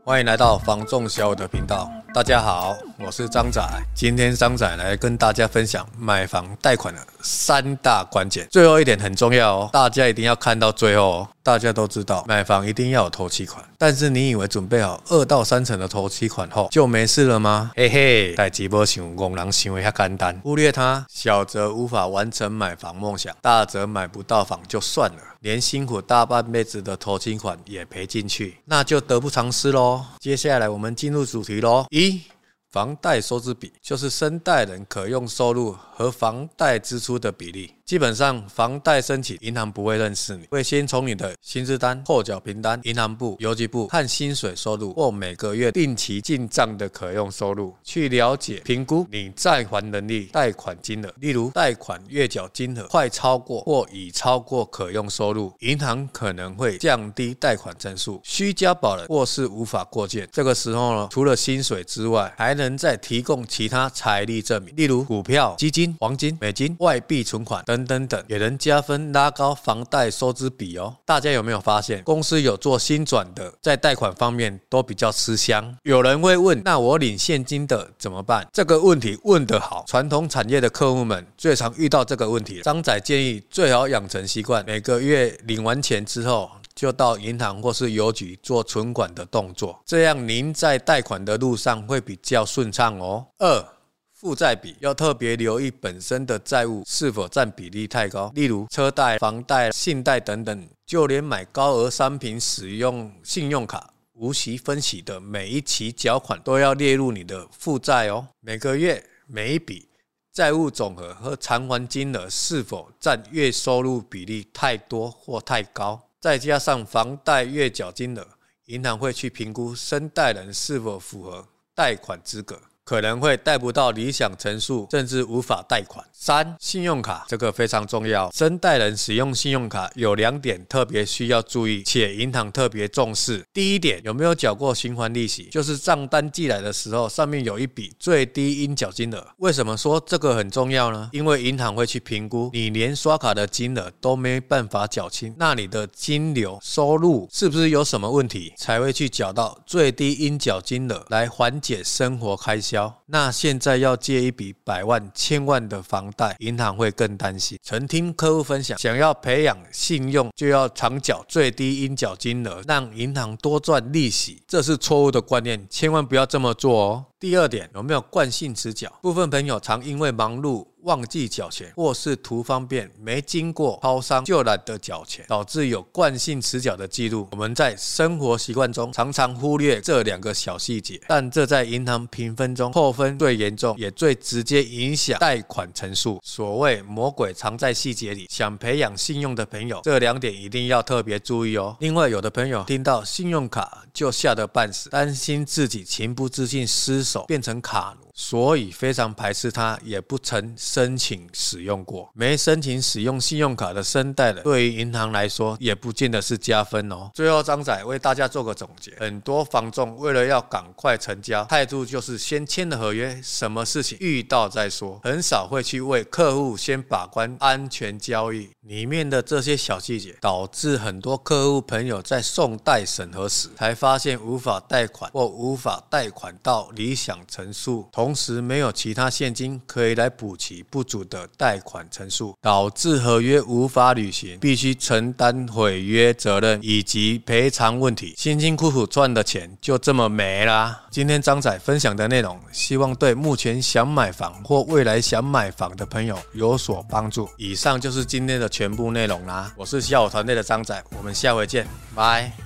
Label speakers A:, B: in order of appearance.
A: 欢迎来到房仲小五的频道。大家好，我是张仔。今天张仔来跟大家分享买房贷款的3大关键。最后一点很重要哦，大家一定要看到最后哦。大家都知道买房一定要有头期款，但是你以为准备好2到3成的头期款后就没事了吗？嘿嘿，代志没像憨人想的那么简单。忽略它，小则无法完成买房梦想，大则买不到房就算了，连辛苦大半辈子的头期款也赔进去，那就得不偿失咯。接下来我们进入主题咯。房贷收支比就是生贷人可用收入和房贷支出的比例。基本上房贷申请，银行不会认识你，会先从你的薪资单、扣缴凭单、银行部、邮局部看薪水收入或每个月定期进账的可用收入，去了解评估你债还能力、贷款金额。例如贷款月缴金额快超过或已超过可用收入，银行可能会降低贷款成数，需交保人或是无法过件。这个时候呢，除了薪水之外，还能再提供其他财力证明，例如股票、基金、黄金、美金、外币存款等，也能加分拉高房贷收支比哦。大家有没有发现，公司有做薪转的，在贷款方面都比较吃香？有人会问，那我领现金的怎么办？这个问题问得好，传统产业的客户们最常遇到这个问题。张仔建议最好养成习惯，每个月领完钱之后，就到银行或是邮局做存款的动作，这样您在贷款的路上会比较顺畅哦。负债比要特别留意本身的债务是否占比例太高，例如车贷、房贷、信贷等等，就连买高额商品使用信用卡无息分期的每一期缴款都要列入你的负债哦。每个月每一笔债务总和和偿还金额是否占月收入比例太多或太高，再加上房贷月缴金额，银行会去评估生贷人是否符合贷款资格，可能会贷不到理想成数，甚至无法贷款。信用卡，这个非常重要。生贷人使用信用卡有2点特别需要注意，且银行特别重视。第一点，有没有缴过循环利息，就是账单寄来的时候上面有一笔最低应缴金额。为什么说这个很重要呢？因为银行会去评估你连刷卡的金额都没办法缴清，那你的金流收入是不是有什么问题，才会去缴到最低应缴金额来缓解生活开销。那现在要借一笔100万、1000万的房贷，银行会更担心。曾听客户分享，想要培养信用，就要常缴最低应缴金额，让银行多赚利息，这是错误的观念，千万不要这么做哦。第2点，有没有惯性迟缴？部分朋友常因为忙碌忘记缴钱，或是图方便没经过超商就懒得缴钱，导致有惯性迟缴的记录。我们在生活习惯中常常忽略这2个小细节，但这在银行评分中扣分最严重，也最直接影响贷款成数。所谓魔鬼藏在细节里，想培养信用的朋友，这2点一定要特别注意哦。另外，有的朋友听到信用卡就吓得半死，担心自己情不自禁失手变成卡奴，所以非常排斥它，也不曾申请使用过。没申请使用信用卡的生贷人，对于银行来说也不见得是加分哦。最后张仔为大家做个总结，很多房仲为了要赶快成交，态度就是先签了合约，什么事情遇到再说，很少会去为客户先把关安全交易。里面的这些小细节，导致很多客户朋友在送贷审核时才发现无法贷款或无法贷款到理想成数，同时没有其他现金可以来补齐不足的贷款成数，导致合约无法履行，必须承担毁约责任以及赔偿问题，辛辛苦苦赚的钱就这么没啦。今天张仔分享的内容，希望对目前想买房或未来想买房的朋友有所帮助。以上就是今天的全部内容啦，我是小我团队的张仔，我们下回见，拜。